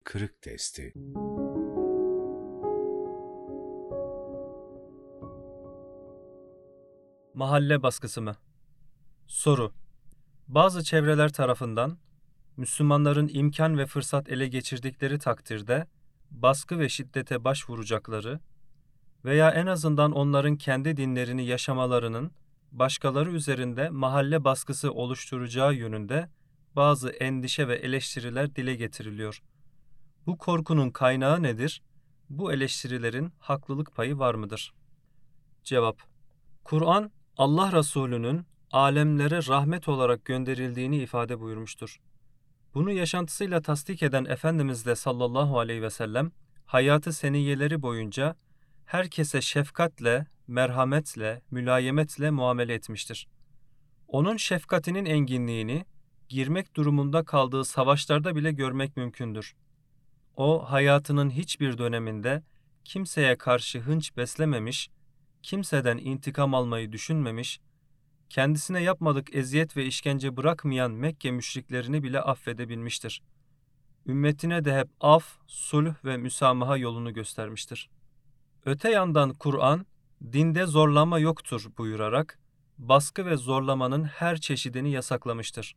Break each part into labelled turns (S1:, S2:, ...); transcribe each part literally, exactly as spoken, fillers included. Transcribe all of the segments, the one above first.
S1: kırık testi.
S2: Mahalle baskısı mı? Soru: Bazı çevreler tarafından Müslümanların imkan ve fırsat ele geçirdikleri takdirde baskı ve şiddete başvuracakları veya en azından onların kendi dinlerini yaşamalarının başkaları üzerinde mahalle baskısı oluşturacağı yönünde bazı endişe ve eleştiriler dile getiriliyor. Bu korkunun kaynağı nedir? Bu eleştirilerin haklılık payı var mıdır? Cevap: Kur'an, Allah Resulü'nün alemlere rahmet olarak gönderildiğini ifade buyurmuştur. Bunu yaşantısıyla tasdik eden Efendimiz de sallallahu aleyhi ve sellem, hayatı seniyyeleri boyunca herkese şefkatle, merhametle, mülayemetle muamele etmiştir. Onun şefkatinin enginliğini, girmek durumunda kaldığı savaşlarda bile görmek mümkündür. O, hayatının hiçbir döneminde kimseye karşı hınç beslememiş, kimseden intikam almayı düşünmemiş, kendisine yapmadık eziyet ve işkence bırakmayan Mekke müşriklerini bile affedebilmiştir. Ümmetine de hep af, sulh ve müsamaha yolunu göstermiştir. Öte yandan Kur'an, dinde zorlama yoktur buyurarak, baskı ve zorlamanın her çeşidini yasaklamıştır.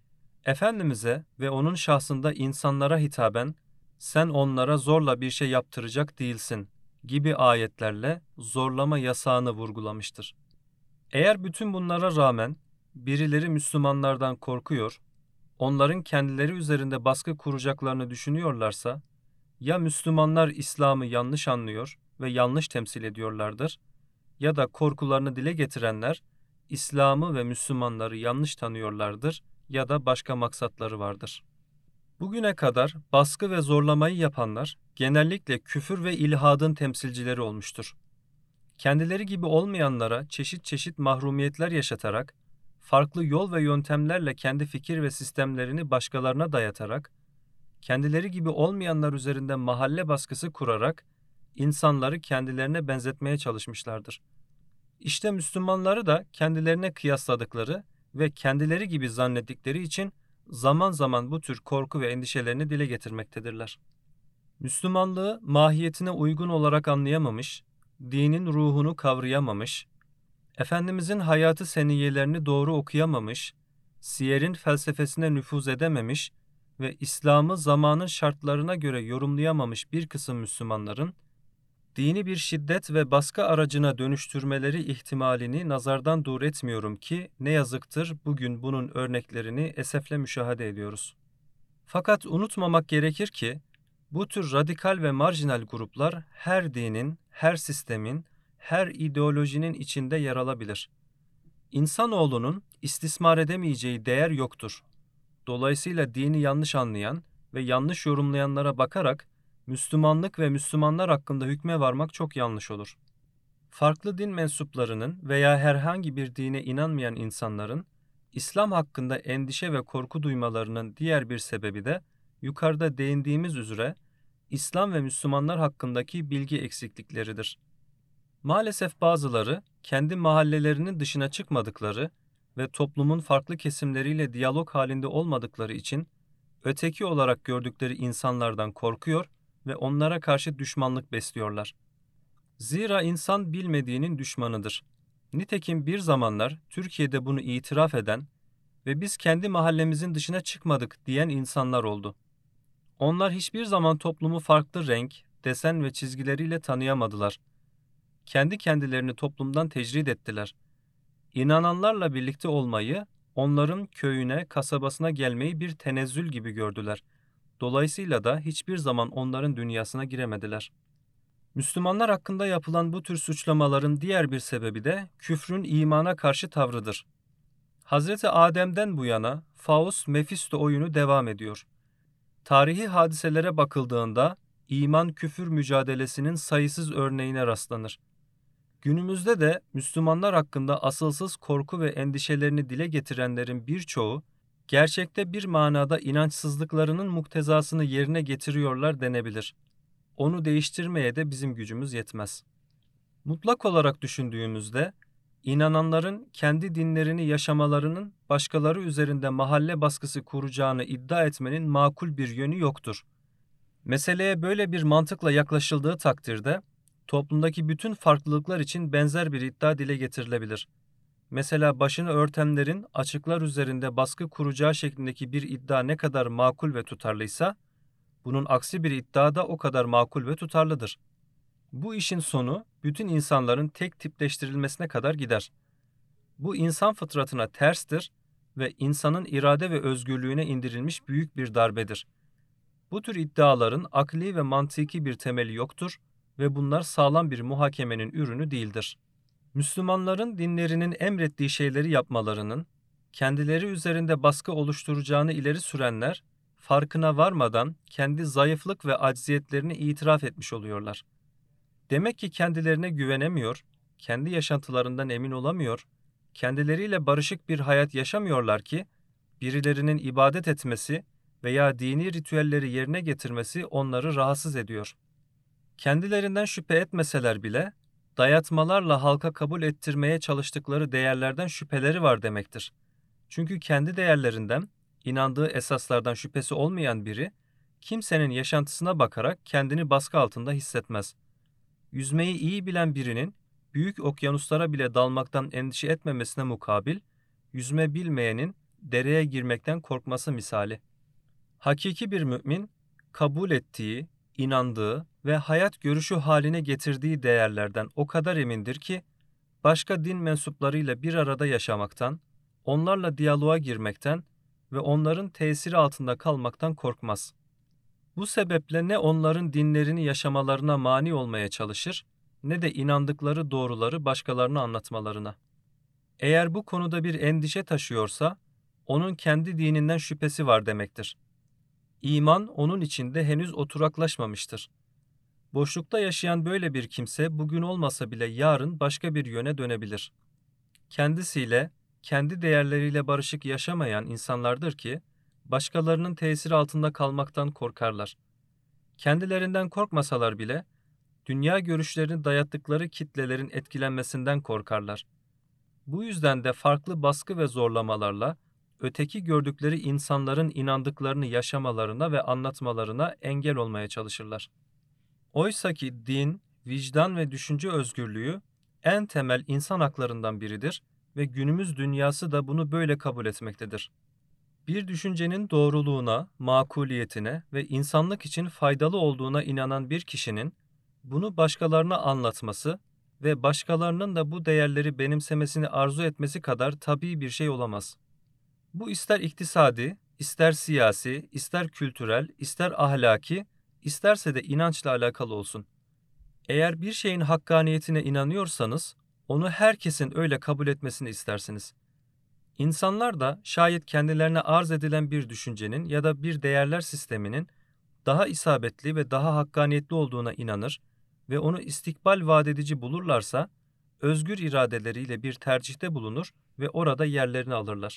S2: Efendimiz'e ve onun şahsında insanlara hitaben, sen onlara zorla bir şey yaptıracak değilsin gibi ayetlerle zorlama yasağını vurgulamıştır. Eğer bütün bunlara rağmen birileri Müslümanlardan korkuyor, onların kendileri üzerinde baskı kuracaklarını düşünüyorlarsa, ya Müslümanlar İslam'ı yanlış anlıyor ve yanlış temsil ediyorlardır, ya da korkularını dile getirenler, İslam'ı ve Müslümanları yanlış tanıyorlardır ya da başka maksatları vardır. Bugüne kadar baskı ve zorlamayı yapanlar genellikle küfür ve ilhadın temsilcileri olmuştur. Kendileri gibi olmayanlara çeşit çeşit mahrumiyetler yaşatarak, farklı yol ve yöntemlerle kendi fikir ve sistemlerini başkalarına dayatarak, kendileri gibi olmayanlar üzerinde mahalle baskısı kurarak, insanları kendilerine benzetmeye çalışmışlardır. İşte Müslümanları da kendilerine kıyasladıkları ve kendileri gibi zannettikleri için zaman zaman bu tür korku ve endişelerini dile getirmektedirler. Müslümanlığı mahiyetine uygun olarak anlayamamış, dinin ruhunu kavrayamamış, Efendimizin hayatı seniyyelerini doğru okuyamamış, siyerin felsefesine nüfuz edememiş ve İslam'ı zamanın şartlarına göre yorumlayamamış bir kısım Müslümanların, dini bir şiddet ve baskı aracına dönüştürmeleri ihtimalini nazardan dur etmiyorum ki ne yazıktır bugün bunun örneklerini esefle müşahede ediyoruz. Fakat unutmamak gerekir ki, bu tür radikal ve marjinal gruplar her dinin, her sistemin, her ideolojinin içinde yer alabilir. İnsanoğlunun istismar edemeyeceği değer yoktur. Dolayısıyla dini yanlış anlayan ve yanlış yorumlayanlara bakarak Müslümanlık ve Müslümanlar hakkında hükme varmak çok yanlış olur. Farklı din mensuplarının veya herhangi bir dine inanmayan insanların İslam hakkında endişe ve korku duymalarının diğer bir sebebi de yukarıda değindiğimiz üzere İslam ve Müslümanlar hakkındaki bilgi eksiklikleridir. Maalesef bazıları kendi mahallelerinin dışına çıkmadıkları ve toplumun farklı kesimleriyle diyalog halinde olmadıkları için öteki olarak gördükleri insanlardan korkuyor ve onlara karşı düşmanlık besliyorlar. Zira insan bilmediğinin düşmanıdır. Nitekim bir zamanlar Türkiye'de bunu itiraf eden ve biz kendi mahallemizin dışına çıkmadık diyen insanlar oldu. Onlar hiçbir zaman toplumu farklı renk, desen ve çizgileriyle tanıyamadılar. Kendi kendilerini toplumdan tecrid ettiler. İnananlarla birlikte olmayı, onların köyüne, kasabasına gelmeyi bir tenezzül gibi gördüler. Dolayısıyla da hiçbir zaman onların dünyasına giremediler. Müslümanlar hakkında yapılan bu tür suçlamaların diğer bir sebebi de küfrün imana karşı tavrıdır. Hazreti Adem'den bu yana Faust Mefisto oyunu devam ediyor. Tarihi hadiselere bakıldığında iman-küfür mücadelesinin sayısız örneğine rastlanır. Günümüzde de Müslümanlar hakkında asılsız korku ve endişelerini dile getirenlerin birçoğu, gerçekte bir manada inançsızlıklarının muktezasını yerine getiriyorlar denebilir. Onu değiştirmeye de bizim gücümüz yetmez. Mutlak olarak düşündüğümüzde, inananların kendi dinlerini yaşamalarının başkaları üzerinde mahalle baskısı kuracağını iddia etmenin makul bir yönü yoktur. Meseleye böyle bir mantıkla yaklaşıldığı takdirde, toplumdaki bütün farklılıklar için benzer bir iddia dile getirilebilir. Mesela başını örtenlerin açıklar üzerinde baskı kuracağı şeklindeki bir iddia ne kadar makul ve tutarlıysa, bunun aksi bir iddia da o kadar makul ve tutarlıdır. Bu işin sonu bütün insanların tek tipleştirilmesine kadar gider. Bu insan fıtratına terstir ve insanın irade ve özgürlüğüne indirilmiş büyük bir darbedir. Bu tür iddiaların akli ve mantıki bir temeli yoktur ve bunlar sağlam bir muhakemenin ürünü değildir. Müslümanların dinlerinin emrettiği şeyleri yapmalarının, kendileri üzerinde baskı oluşturacağını ileri sürenler, farkına varmadan kendi zayıflık ve acziyetlerini itiraf etmiş oluyorlar. Demek ki kendilerine güvenemiyor, kendi yaşantılarından emin olamıyor, kendileriyle barışık bir hayat yaşamıyorlar ki, birilerinin ibadet etmesi veya dini ritüelleri yerine getirmesi onları rahatsız ediyor. Kendilerinden şüphe etmeseler bile, dayatmalarla halka kabul ettirmeye çalıştıkları değerlerden şüpheleri var demektir. Çünkü kendi değerlerinden, inandığı esaslardan şüphesi olmayan biri, kimsenin yaşantısına bakarak kendini baskı altında hissetmez. Yüzmeyi iyi bilen birinin, büyük okyanuslara bile dalmaktan endişe etmemesine mukabil, yüzme bilmeyenin dereye girmekten korkması misali. Hakiki bir mümin, kabul ettiği, inandığı ve hayat görüşü haline getirdiği değerlerden o kadar emindir ki, başka din mensuplarıyla bir arada yaşamaktan, onlarla diyaloğa girmekten ve onların tesiri altında kalmaktan korkmaz. Bu sebeple ne onların dinlerini yaşamalarına mani olmaya çalışır, ne de inandıkları doğruları başkalarına anlatmalarına. Eğer bu konuda bir endişe taşıyorsa, onun kendi dininden şüphesi var demektir. İman onun içinde henüz oturaklaşmamıştır. Boşlukta yaşayan böyle bir kimse bugün olmasa bile yarın başka bir yöne dönebilir. Kendisiyle, kendi değerleriyle barışık yaşamayan insanlardır ki, başkalarının tesiri altında kalmaktan korkarlar. Kendilerinden korkmasalar bile, dünya görüşlerini dayattıkları kitlelerin etkilenmesinden korkarlar. Bu yüzden de farklı baskı ve zorlamalarla, öteki gördükleri insanların inandıklarını yaşamalarına ve anlatmalarına engel olmaya çalışırlar. Oysa ki din, vicdan ve düşünce özgürlüğü en temel insan haklarından biridir ve günümüz dünyası da bunu böyle kabul etmektedir. Bir düşüncenin doğruluğuna, makuliyetine ve insanlık için faydalı olduğuna inanan bir kişinin bunu başkalarına anlatması ve başkalarının da bu değerleri benimsemesini arzu etmesi kadar tabii bir şey olamaz. Bu ister iktisadi, ister siyasi, ister kültürel, ister ahlaki, isterse de inançla alakalı olsun. Eğer bir şeyin hakkaniyetine inanıyorsanız, onu herkesin öyle kabul etmesini istersiniz. İnsanlar da şayet kendilerine arz edilen bir düşüncenin ya da bir değerler sisteminin daha isabetli ve daha hakkaniyetli olduğuna inanır ve onu istikbal vaat edici bulurlarsa, özgür iradeleriyle bir tercihte bulunur ve orada yerlerini alırlar.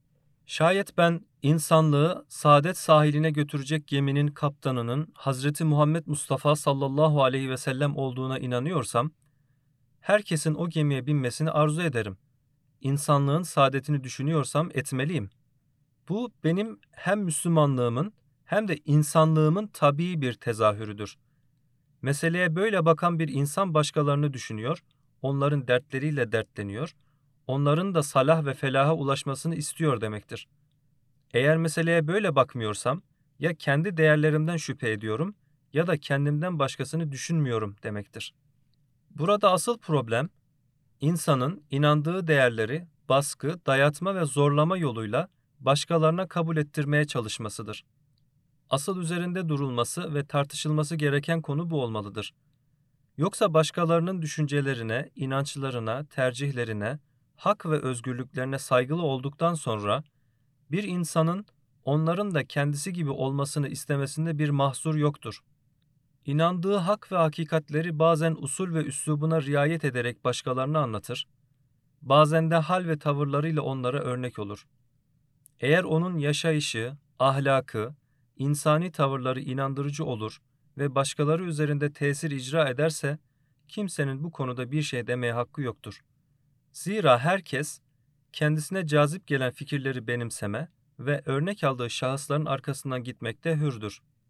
S2: Şayet ben insanlığı saadet sahiline götürecek geminin kaptanının Hazreti Muhammed Mustafa sallallahu aleyhi ve sellem olduğuna inanıyorsam, herkesin o gemiye binmesini arzu ederim. İnsanlığın saadetini düşünüyorsam etmeliyim. Bu benim hem Müslümanlığımın hem de insanlığımın tabii bir tezahürüdür. Meseleye böyle bakan bir insan başkalarını düşünüyor, onların dertleriyle dertleniyor, onların da salah ve felaha ulaşmasını istiyor demektir. Eğer meseleye böyle bakmıyorsam, ya kendi değerlerimden şüphe ediyorum ya da kendimden başkasını düşünmüyorum demektir. Burada asıl problem, insanın inandığı değerleri baskı, dayatma ve zorlama yoluyla başkalarına kabul ettirmeye çalışmasıdır. Asıl üzerinde durulması ve tartışılması gereken konu bu olmalıdır. Yoksa başkalarının düşüncelerine, inançlarına, tercihlerine, hak ve özgürlüklerine saygılı olduktan sonra bir insanın onların da kendisi gibi olmasını istemesinde bir mahsur yoktur. İnandığı hak ve hakikatleri bazen usul ve üslubuna riayet ederek başkalarına anlatır, bazen de hal ve tavırlarıyla onlara örnek olur. Eğer onun yaşayışı, ahlakı, insani tavırları inandırıcı olur ve başkaları üzerinde tesir icra ederse, kimsenin bu konuda bir şey demeye hakkı yoktur. Zira herkes, kendisine cazip gelen fikirleri benimseme ve örnek aldığı şahısların arkasından gitmekte hürdür.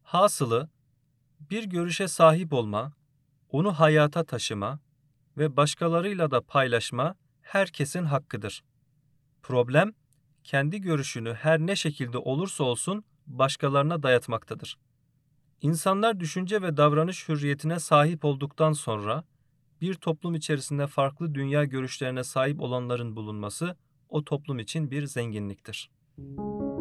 S2: Hasılı, bir görüşe sahip olma, onu hayata taşıma ve başkalarıyla da paylaşma herkesin hakkıdır. Problem, kendi görüşünü her ne şekilde olursa olsun başkalarına dayatmaktadır. İnsanlar düşünce ve davranış hürriyetine sahip olduktan sonra, bir toplum içerisinde farklı dünya görüşlerine sahip olanların bulunması o toplum için bir zenginliktir.